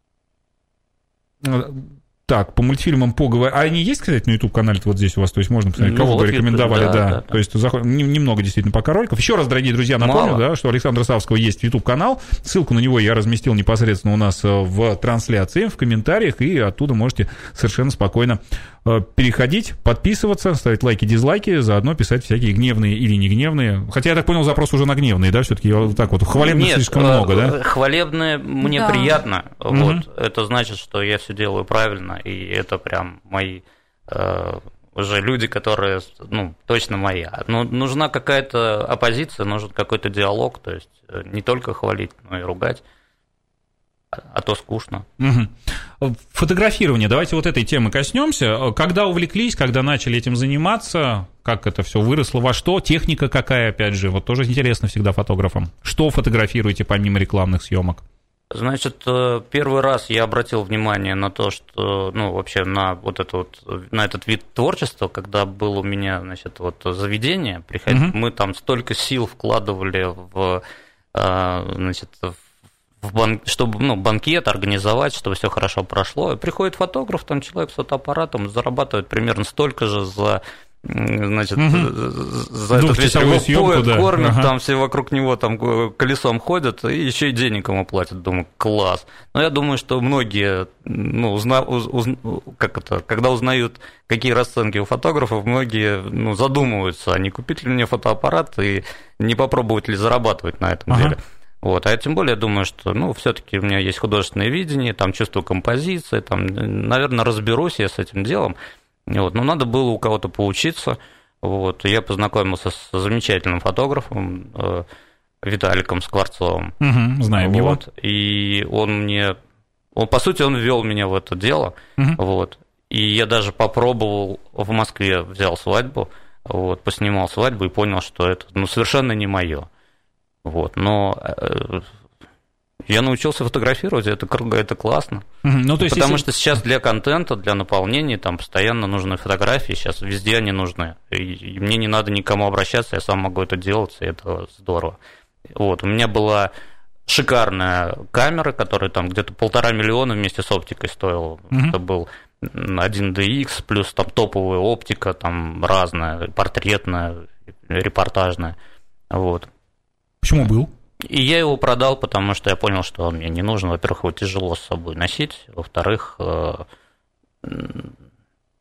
Так, по мультфильмам поговорим. А они есть, кстати, на YouTube-канале вот здесь у вас? То есть можно посмотреть, кого вы рекомендовали, да. То есть немного действительно пока роликов. Еще раз, дорогие друзья, напомню, да, что у Александра Савского есть YouTube-канал. Ссылку на него я разместил непосредственно у нас в трансляции, в комментариях, и оттуда можете совершенно спокойно переходить, подписываться, ставить лайки, дизлайки, заодно писать всякие гневные или не гневные. Хотя, я так понял, запрос уже на гневные, да, все-таки вот так вот. Хвалебных слишком много, да? Хвалебные мне приятно. Вот. Это значит, что я все делаю правильно, и это прям мои уже люди, которые, точно мои. Но нужна какая-то оппозиция, нужен какой-то диалог, то есть не только хвалить, но и ругать. А то скучно. Фотографирование. Давайте вот этой темы коснемся. Когда увлеклись, когда начали этим заниматься, как это все выросло, во что, техника какая, опять же, вот тоже интересно всегда фотографам. Что фотографируете помимо рекламных съемок? Значит, первый раз я обратил внимание на то, что, вообще на на этот вид творчества, когда было у меня, заведение, мы там столько сил вкладывали чтобы банкет организовать, чтобы все хорошо прошло. И приходит фотограф, там человек с фотоаппаратом, зарабатывает примерно столько же за этот вечер съемку, кормят, там все вокруг него там колесом ходят, и еще и денег ему платят. Думаю, класс. Но я думаю, что многие, когда узнают, какие расценки у фотографов, многие задумываются, а не купить ли мне фотоаппарат и не попробовать ли зарабатывать на этом деле. Вот, а я тем более думаю, что, все-таки у меня есть художественное видение, там чувство композиции, там, наверное, разберусь я с этим делом. Вот, но надо было у кого-то поучиться. Вот, я познакомился с замечательным фотографом Виталиком Скворцовым. Знаем его. И он по сути, он ввел меня в это дело. Вот, и я даже попробовал в Москве, взял свадьбу, поснимал свадьбу и понял, что это совершенно не мое. Вот, но я научился фотографировать, это классно. Потому что сейчас для контента, для наполнения там постоянно нужны фотографии, сейчас везде они нужны. И мне не надо никому обращаться, я сам могу это делать, и это здорово. Вот, у меня была шикарная камера, которая там где-то 1,5 миллиона вместе с оптикой стоила. Это был 1DX, плюс там топовая оптика, там разная, портретная, репортажная. Вот. Почему был? И я его продал, потому что я понял, что он мне не нужен. Во-первых, его тяжело с собой носить. Во-вторых,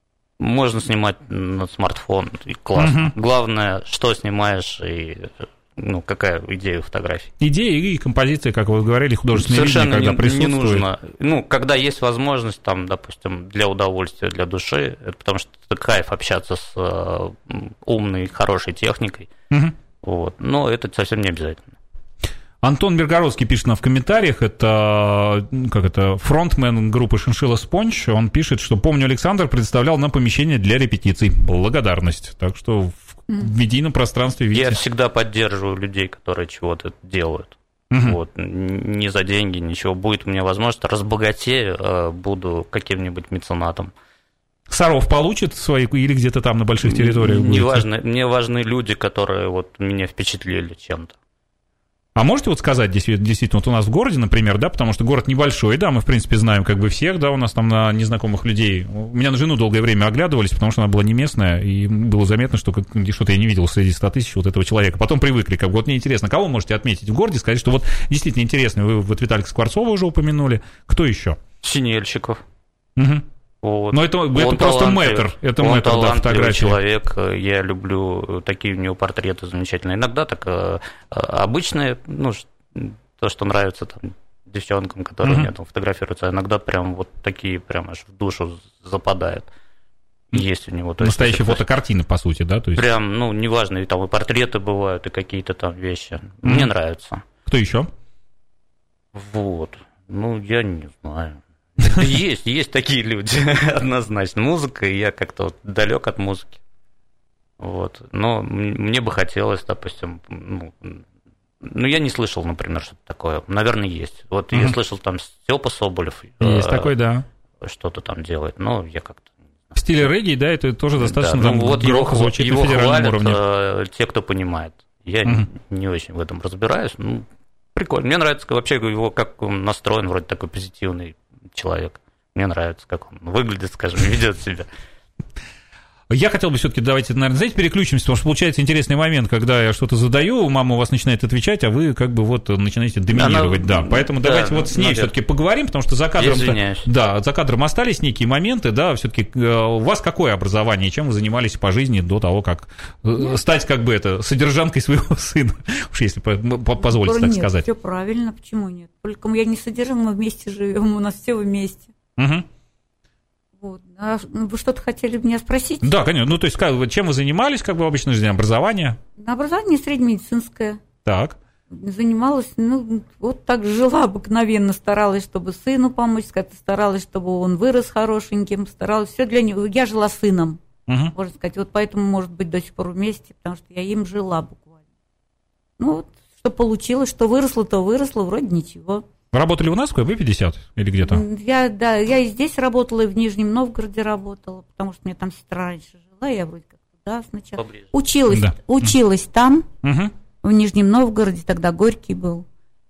можно снимать на смартфон, и классно. Главное, что снимаешь, и какая идея фотографии. Идея и композиция, как вы говорили, художественное совершенно видение, когда присутствует. Не нужно. Когда есть возможность, там, допустим, для удовольствия, для души, это потому что это кайф общаться с умной, хорошей техникой. Угу. Но это совсем не обязательно. Антон Миргородский пишет нам в комментариях, это фронтмен группы «Шиншилла Спонж», он пишет, что, помню, Александр представлял нам помещение для репетиций. Благодарность. Так что в медийном пространстве, видите... Я всегда поддерживаю людей, которые чего-то делают. Угу. Не за деньги, ничего. Будет у меня возможность, разбогатею, буду каким-нибудь меценатом. Саров получит свои или где-то там на больших территориях? Неважно, мне важны люди, которые меня впечатлили чем-то. А можете сказать, действительно, у нас в городе, например, да, потому что город небольшой, да, мы, в принципе, знаем всех, да, у нас там на незнакомых людей. У меня на жену долгое время оглядывались, потому что она была не местная, и было заметно, что что-то я не видел среди 100 тысяч этого человека. Потом привыкли, мне интересно, кого можете отметить в городе, сказать, что действительно интересно, вы Виталика Скворцова уже упомянули, кто еще? Синельщиков. Угу. Но это просто мэтр, он талантливый фотографии. Человек, я люблю такие у него портреты замечательные. Иногда так обычные, то, что нравится там девчонкам, которые мне там фотографируются, а иногда прям такие прям аж в душу западают. Есть у него. Настоящие фотокартины, по сути, да? То есть... Прям, неважно, и там и портреты бывают, и какие-то там вещи. Мне нравится. Кто еще? Я не знаю. Есть такие люди, однозначно. Музыка, и я как-то далек от музыки. Но мне бы хотелось, допустим, я не слышал, например, что-то такое. Наверное, есть. Я слышал, там Степа Соболев. Есть такой, да. Что-то там делает, но я как-то... В стиле регги, да, это тоже достаточно громко звучит на федеральном уровне. Те, кто понимает. Я не очень в этом разбираюсь. Прикольно. Мне нравится вообще его, как он настроен, вроде такой позитивный человек. Мне нравится, как он выглядит, скажем, ведет себя. Я хотел бы все-таки, давайте, наверное, знаете, переключимся, потому что получается интересный момент, когда я что-то задаю, мама у вас начинает отвечать, а вы начинаете доминировать, Поэтому давайте с ней все-таки поговорим, потому что за кадром остались некие моменты, да, все-таки у вас какое образование, чем вы занимались по жизни до того, как стать содержанкой своего сына, уж если позволите так сказать. Все правильно, почему нет? Только я не содержим, мы вместе живем, у нас все вместе. Угу. А вы что-то хотели меня спросить? Да, конечно. То есть, чем вы занимались, обычно жизнь, образование? Образование среднемедицинское. Так. Занималась, так жила обыкновенно, старалась, чтобы сыну помочь, старалась, чтобы он вырос хорошеньким, старалась, все для него. Я жила сыном, можно сказать, поэтому, может быть, до сих пор вместе, потому что я им жила буквально. Что получилось, что выросло, то выросло, вроде ничего. Вы работали у нас в КБ-50 или где-то? Я и здесь работала, и в Нижнем Новгороде работала, потому что у меня там сестра раньше жила, я вроде как туда сначала. Поближе. Училась там, в Нижнем Новгороде, тогда Горький был.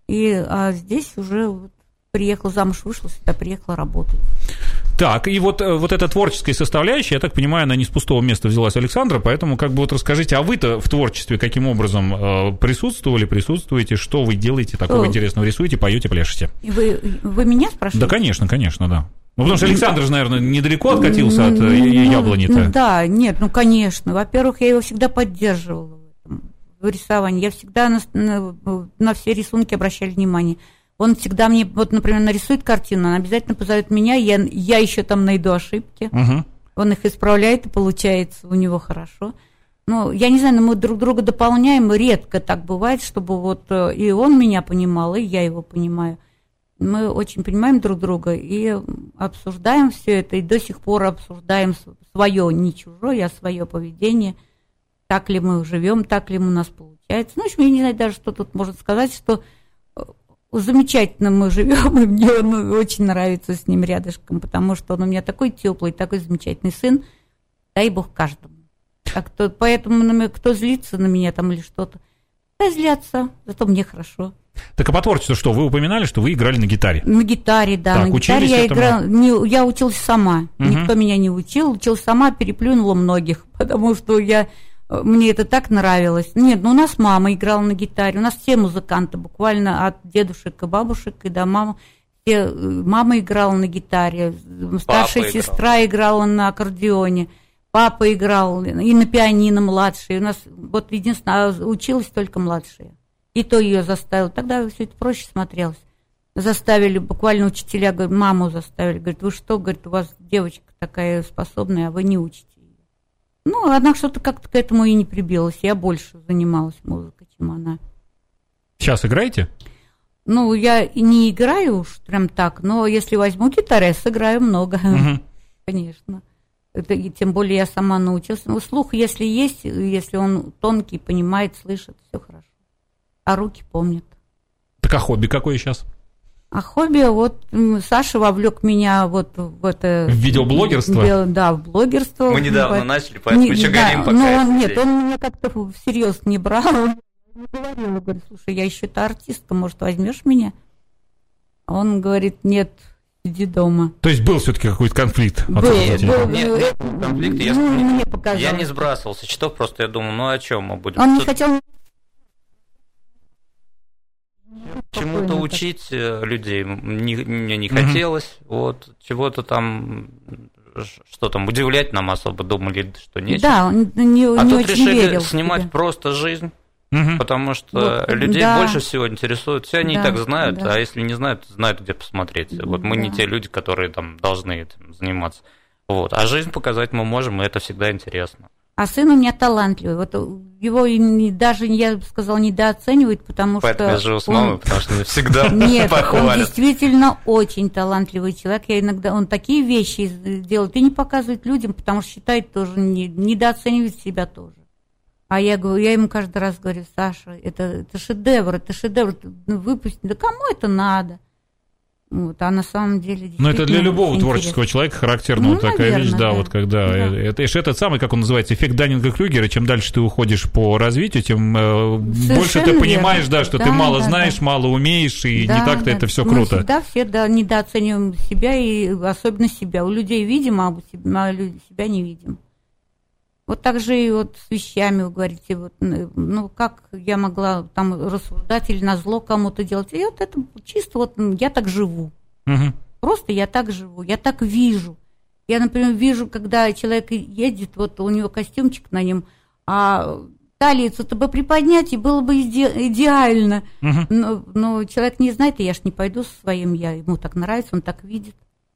А здесь уже приехала, замуж вышла, сюда приехала работать. Так, и эта творческая составляющая, я так понимаю, она не с пустого места взялась, Александра, поэтому расскажите, а вы-то в творчестве каким образом присутствуете, что вы делаете такого интересного, рисуете, поете, пляшете? Вы меня спрашиваете? Да, конечно, да. Потому что Александр же, наверное, недалеко откатился от яблони-то. Да, нет, конечно. Во-первых, я его всегда поддерживала в рисовании. Я всегда на все рисунки обращала внимание. Он всегда мне, например, нарисует картину, он обязательно позовет меня, я еще там найду ошибки. Он их исправляет, и получается у него хорошо. Я не знаю, но мы друг друга дополняем, редко так бывает, чтобы и он меня понимал, и я его понимаю. Мы очень понимаем друг друга и обсуждаем все это, и до сих пор обсуждаем свое, не чужое, а свое поведение, так ли мы живем, так ли у нас получается. В общем, я не знаю даже, что тут можно сказать, что замечательно мы живем, и мне он очень нравится с ним рядышком, потому что он у меня такой теплый, такой замечательный сын, дай бог каждому. Поэтому кто злится на меня там или что-то, да злятся, зато мне хорошо. Так, а по творчеству что? Вы упоминали, что вы играли на гитаре? На гитаре, да. Так, на гитаре я играла. Я училась сама. Никто меня не учил. Училась сама, переплюнула многих, потому что мне это так нравилось. Нет, у нас мама играла на гитаре. У нас все музыканты, буквально от дедушек и бабушек и до мамы. Мама играла на гитаре. Старшая сестра играла на аккордеоне. папа играл, и на пианино младший. У нас вот единственное, училась только младшая. И то ее заставил. Тогда все это проще смотрелось. Заставили, буквально учителя, говорят, маму заставили. Говорит, вы что, говорит, у вас девочка такая способная, а вы не учите ее. Ну, она что-то как-то к этому и не прибилась. Я больше занималась музыкой, чем она. Сейчас играете? Ну, я и не играю уж прям так, но если возьму гитару, я сыграю много. Конечно. Это, и тем более я сама научилась. Ну, слух, если есть, если он тонкий, понимает, слышит, все хорошо. А руки помнят. Так а хобби какое сейчас? А хобби, вот Саша вовлек меня вот в это... В видеоблогерство? Да, в блогерство. Мы недавно начали, поэтому еще горим пока. Но нет, он меня как-то всерьез не брал. Он не говорил, говорит, слушай, я еще-то артистка, может, возьмешь меня? А он говорит, нет, иди дома. То есть был все-таки какой-то конфликт? Был конфликт, я не сбрасывал со счетов, просто я думал, ну о чем мы будем? Он не хотел... Чему-то учить людей мне не хотелось, вот, чего-то там, что там, удивлять нам особо думали, что нечего. Да, он не тут очень решили верил снимать себе. Просто жизнь, потому что вот, людей да. больше всего интересует. Все они и так знают, да. а если не знают, знают, где посмотреть. Вот мы не те люди, которые там должны этим заниматься. Вот. А жизнь показать мы можем, и это всегда интересно. А сын у меня талантливый. Вот его даже, я бы сказала, недооценивают, потому поэтому что... я живу с мамой, потому что всегда Нет, похвалят. он действительно очень талантливый человек. Я иногда... Он такие вещи делает и не показывает людям, потому что считает тоже, недооценивает себя тоже. А я ему каждый раз говорю, Саша, это шедевр, выпусти. Да кому это надо? Вот, а на самом деле... Но это для любого творческого человека характерна вот такая наверное, вещь, да, вот когда... Это этот самый, как он называется, эффект Даннинга-Крюгера, чем дальше ты уходишь по развитию, тем больше ты понимаешь, верно. Да, что ты мало знаешь, мало умеешь, и не так-то это все круто. Мы всегда все недооцениваем себя, и особенно себя. У людей видим, а у себя не видим. Вот так же и вот с вещами вы говорите, вот, ну, как я могла там рассуждать или назло кому-то делать. И вот это чисто вот я так живу. Просто я так живу, я так вижу. Я, например, вижу, когда человек едет, вот у него костюмчик на нем, а талицу-то бы приподнять, и было бы идеально. Но человек не знает, и я ж не пойду со своим, ему так нравится, он так видит.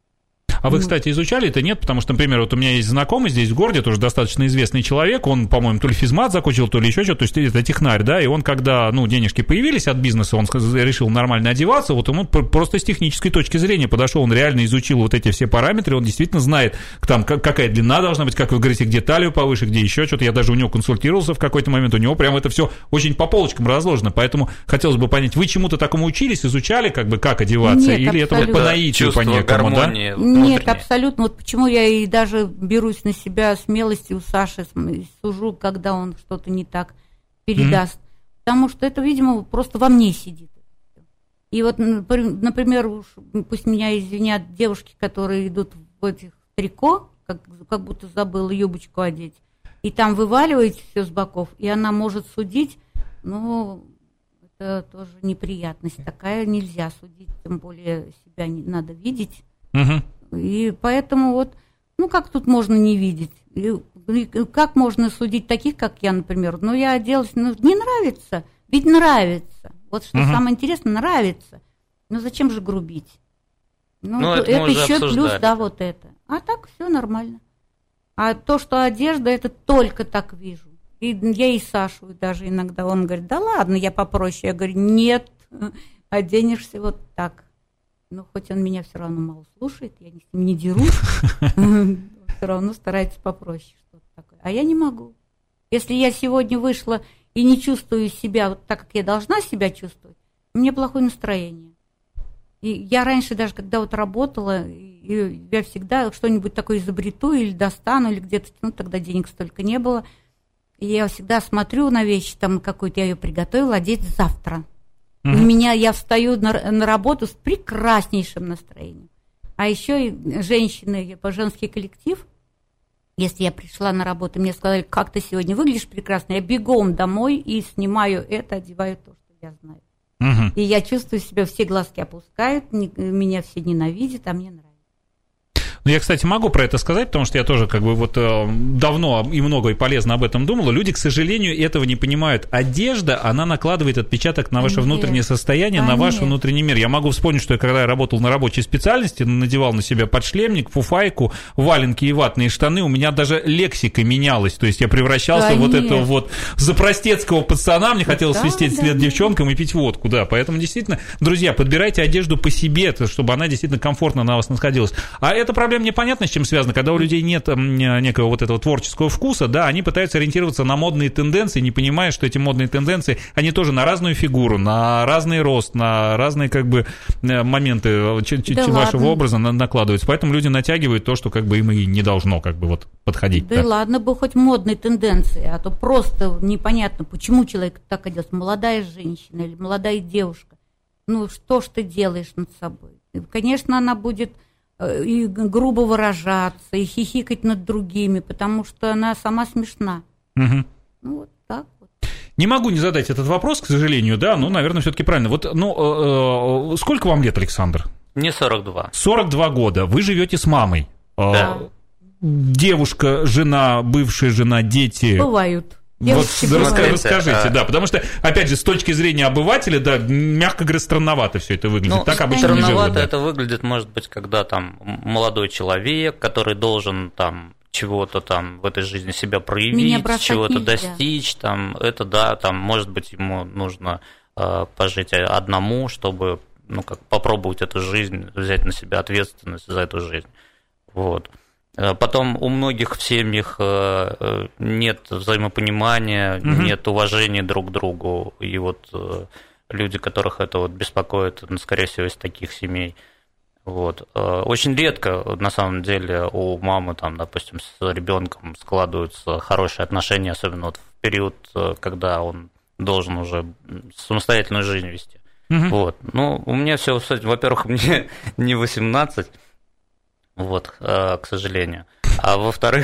А вы, кстати, изучали это? Нет? Потому что, например, вот у меня есть знакомый здесь в городе, тоже достаточно известный человек, он, по-моему, то ли физмат закончил, то ли еще что-то, то есть это технарь, да, и он, когда, денежки появились от бизнеса, он решил нормально одеваться, вот ему просто с технической точки зрения подошел, он реально изучил вот эти все параметры, он действительно знает, там, какая длина должна быть, как вы говорите, где талию повыше, где еще что-то, я даже у него консультировался в какой-то момент, у него прям это все очень по полочкам разложено, поэтому хотелось бы понять, вы чему-то такому учились, изучали, как одеваться, Нет, или абсолютно. это по наитию по-некому, да? Нет, абсолютно. Вот почему я и даже берусь на себя смелости у Саши, сужу, когда он что-то не так передаст. Потому что это, видимо, просто во мне сидит. И вот, например, пусть меня извинят девушки, которые идут в этих трико, как будто забыла юбочку одеть, и там вываливаете все с боков, и она может судить, это тоже неприятность. Такая нельзя судить, тем более себя надо видеть. И поэтому вот, как тут можно не видеть? И как можно судить таких, как я, например? Я оделась, не нравится, ведь нравится. Вот что самое интересное, нравится. Зачем же грубить? Это еще плюс, да, вот это. А так все нормально. А то, что одежда, это только так вижу. И я и Сашу даже иногда, он говорит, да ладно, я попроще. Я говорю, нет, оденешься вот так. Хоть он меня все равно мало слушает, я с ним не дерусь, все равно старается попроще что-то такое. А я не могу. Если я сегодня вышла и не чувствую себя вот так, как я должна себя чувствовать, у меня плохое настроение. И я раньше даже, когда вот работала, я всегда что-нибудь такое изобрету или достану, или где-то, тогда денег столько не было. И я всегда смотрю на вещи, там какую-то я ее приготовила, одеть завтра. Я встаю на работу с прекраснейшим настроением. А еще и женщины, женский коллектив, если я пришла на работу, мне сказали, как ты сегодня выглядишь прекрасно, я бегом домой и снимаю это, одеваю то, что я знаю. И я чувствую себя, все глазки опускают, меня все ненавидят, а мне нравится. Ну, я, кстати, могу про это сказать, потому что я тоже как бы вот давно и много и полезно об этом думал. Люди, к сожалению, этого не понимают. Одежда, она накладывает отпечаток на ваше внутреннее состояние, на ваш внутренний мир. Я могу вспомнить, что когда я работал на рабочей специальности, надевал на себя подшлемник, фуфайку, валенки и ватные штаны, у меня даже лексика менялась. То есть я превращался в вот этого вот запростецкого пацана, мне хотелось свистеть вслед девчонкам и пить водку, да. Поэтому, действительно, друзья, подбирайте одежду по себе, чтобы она действительно комфортно на вас находилась. А эта проблема непонятна, с чем связана. Когда у людей нет некого вот этого творческого вкуса, да, они пытаются ориентироваться на модные тенденции, не понимая, что эти модные тенденции, они тоже на разную фигуру, на разный рост, на разные как бы моменты вашего образа накладываются. Поэтому люди натягивают то, что как бы им и не должно как бы вот подходить. Да и ладно бы хоть модные тенденции, а то просто непонятно, почему человек так оделся. Молодая женщина или молодая девушка. Ну, что ж ты делаешь над собой? И, конечно, она будет и грубо выражаться, и хихикать над другими, потому что она сама смешна. Угу. Ну, вот так вот. Не могу не задать этот вопрос, к сожалению, да, но, наверное, все-таки правильно. Вот, ну, сколько вам лет, Александр? Мне 42. 42 года. Вы живете с мамой. Да. Девушка, жена, бывшая жена, дети. Бывают. Вот расскажите, да, потому что, опять же, с точки зрения обывателя, да, мягко говоря, странновато все это выглядит. Ну, так обычно не живут. Странновато это выглядит, может быть, когда там молодой человек, который должен там чего-то там в этой жизни себя проявить, чего-то достичь, там, это да, там, может быть, ему нужно пожить одному, чтобы, ну, как попробовать эту жизнь, взять на себя ответственность за эту жизнь. Вот. Потом у многих в семьях нет взаимопонимания, нет уважения друг к другу. И вот люди, которых это вот беспокоит, скорее всего, из таких семей. Вот. Очень редко, на самом деле, у мамы, там, допустим, с ребенком складываются хорошие отношения, особенно вот в период, когда он должен уже самостоятельную жизнь вести. Вот. Ну, у меня все, во-первых, мне не 18. Вот, к сожалению. А во-вторых,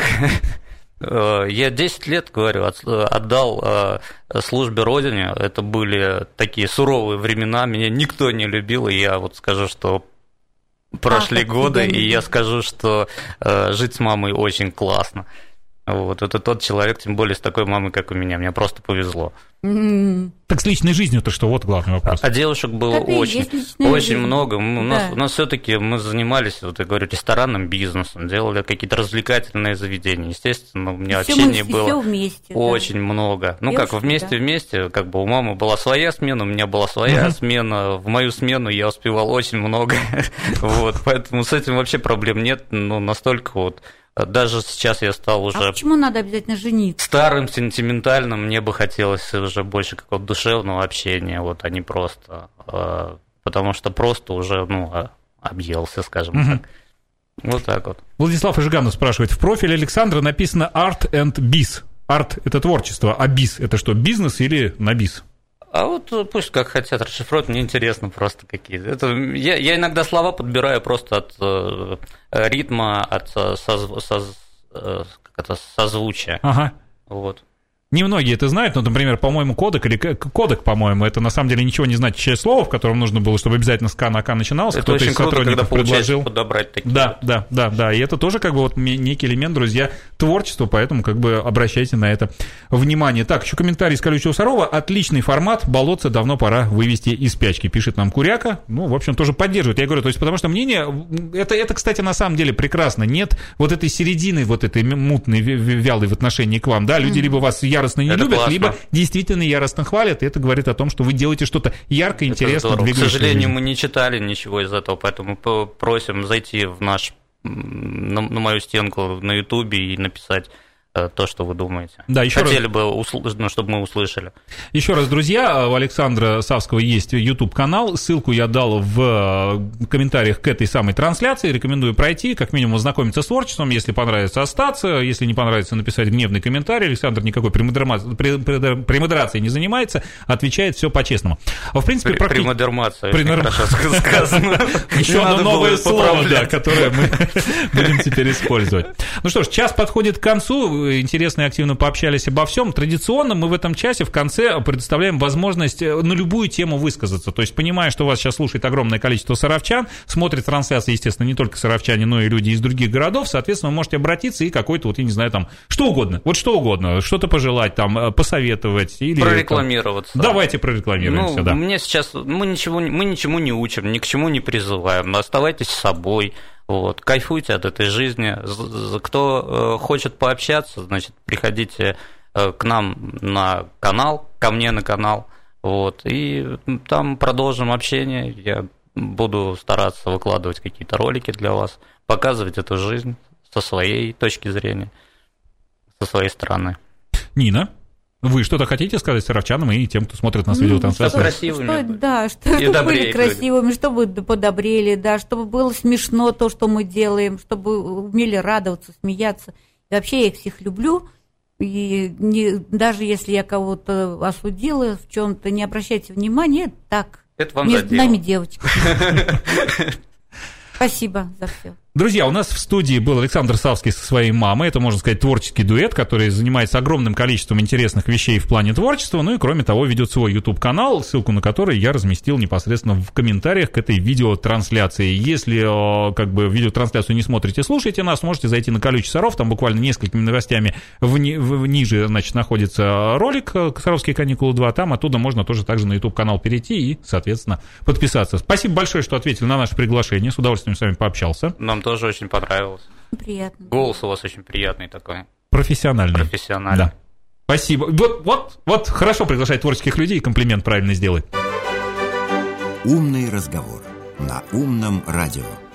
я 10 лет, говорю, отдал службе Родине. Это были такие суровые времена, меня никто не любил, и я вот скажу, что прошли годы, и я скажу, что жить с мамой очень классно. Вот, это тот человек, тем более с такой мамой, как у меня, мне просто повезло. Так с личной жизнью-то что? Вот главный вопрос. А девушек было очень много. У нас все-таки мы занимались, вот я говорю, ресторанным бизнесом, делали какие-то развлекательные заведения. Естественно, у меня общения было очень много. Ну как, вместе, как бы у мамы была своя смена, у меня была своя смена. В мою смену я успевал очень много. Вот, поэтому с этим вообще проблем нет. Ну, настолько вот. Даже сейчас я стал уже... А почему надо обязательно жениться? Старым, сентиментальным, мне бы хотелось уже больше какого-то душевного общения, вот, а не просто... Потому что просто уже, ну, объелся, скажем так. Вот так вот. Владислав Ижиганов спрашивает. В профиле Александра написано «Art and Biz». Арт – это творчество, а биз – это что, бизнес или на биз? А вот пусть как хотят расшифровать, мне интересно просто какие-то. Это, я иногда слова подбираю просто от ритма, от созвучия. Ага. Вот. Немногие это знают, но, например, по-моему, кодек, по-моему, это на самом деле ничего не значащее слово, в котором нужно было, чтобы обязательно с К на К начиналось. Это кто-то очень из круто, сотрудников когда предложил подобрать такие. Да. И это тоже как бы вот некий элемент, друзья, творчества, поэтому как бы обращайте на это внимание. Так, еще комментарий из Колючего Сарова. Отличный формат, болотце давно пора вывести из спячки, пишет нам Куряка. Ну, в общем, тоже поддерживает. Я говорю, то есть, потому что мнение, это, кстати, на самом деле прекрасно. Нет вот этой середины, вот этой мутной, вялой в отношении к вам, да, люди либо вас яростно не любят, классно. Либо действительно яростно хвалят, и это говорит о том, что вы делаете что-то яркое, интересное, двигающееся. К сожалению, мы не читали ничего из этого, поэтому просим зайти на мою стенку на Ютубе и написать то, что вы думаете. Да, хотели бы, чтобы мы услышали. Еще раз, друзья, у Александра Савского есть YouTube-канал, ссылку я дал в комментариях к этой самой трансляции, рекомендую пройти, как минимум ознакомиться с творчеством, если понравится, остаться, если не понравится, написать гневный комментарий. Александр никакой премодерацией не занимается, отвечает все по-честному. В принципе, премодермация, хорошо сказано. Еще одно новое слово, которое мы будем теперь использовать. Ну что ж, час подходит к концу. интересно и активно пообщались обо всем. Традиционно мы в этом часе в конце предоставляем возможность на любую тему высказаться. То есть, понимая, что вас сейчас слушает огромное количество саровчан, смотрят трансляции, естественно, не только саровчане, но и люди из других городов, соответственно, вы можете обратиться и какой-то, вот, я не знаю, там, что угодно, что-то пожелать, там, посоветовать. Или прорекламироваться. Там, давайте прорекламируемся, да. Мне сейчас, мы ничему не учим, ни к чему не призываем, оставайтесь с собой. Вот, кайфуйте от этой жизни. Кто хочет пообщаться, значит, приходите к нам на канал, ко мне на канал, вот, и там продолжим общение. Я буду стараться выкладывать какие-то ролики для вас, показывать эту жизнь со своей точки зрения, со своей стороны. Нина, вы что-то хотите сказать саровчанам и тем, кто смотрит нас видеотрансляцию? Чтобы красивыми, чтобы были красивыми, чтобы подобрели, да, чтобы было смешно то, что мы делаем, чтобы умели радоваться, смеяться. И вообще я их всех люблю, и даже если я кого-то осудила в чем-то, не обращайте внимания, это так. Это вам между нами девочка. Спасибо за все. Друзья, у нас в студии был Александр Савский со своей мамой. Это, можно сказать, творческий дуэт, который занимается огромным количеством интересных вещей в плане творчества. Ну и, кроме того, ведет свой YouTube-канал, ссылку на который я разместил непосредственно в комментариях к этой видеотрансляции. Если, как бы, видеотрансляцию не смотрите, слушайте нас, можете зайти на «Колючий Саров». Там буквально несколькими новостями ниже, значит, находится ролик «Саровские каникулы 2». Там оттуда можно тоже также на YouTube-канал перейти и, соответственно, подписаться. Спасибо большое, что ответили на наше приглашение. С удовольствием с вами пообщался. Нам тоже очень понравилось. Приятно. Голос у вас очень приятный такой. Профессиональный. Профессиональный. Да. Спасибо. Вот хорошо приглашать творческих людей, комплимент правильно сделай. Умный разговор на умном радио.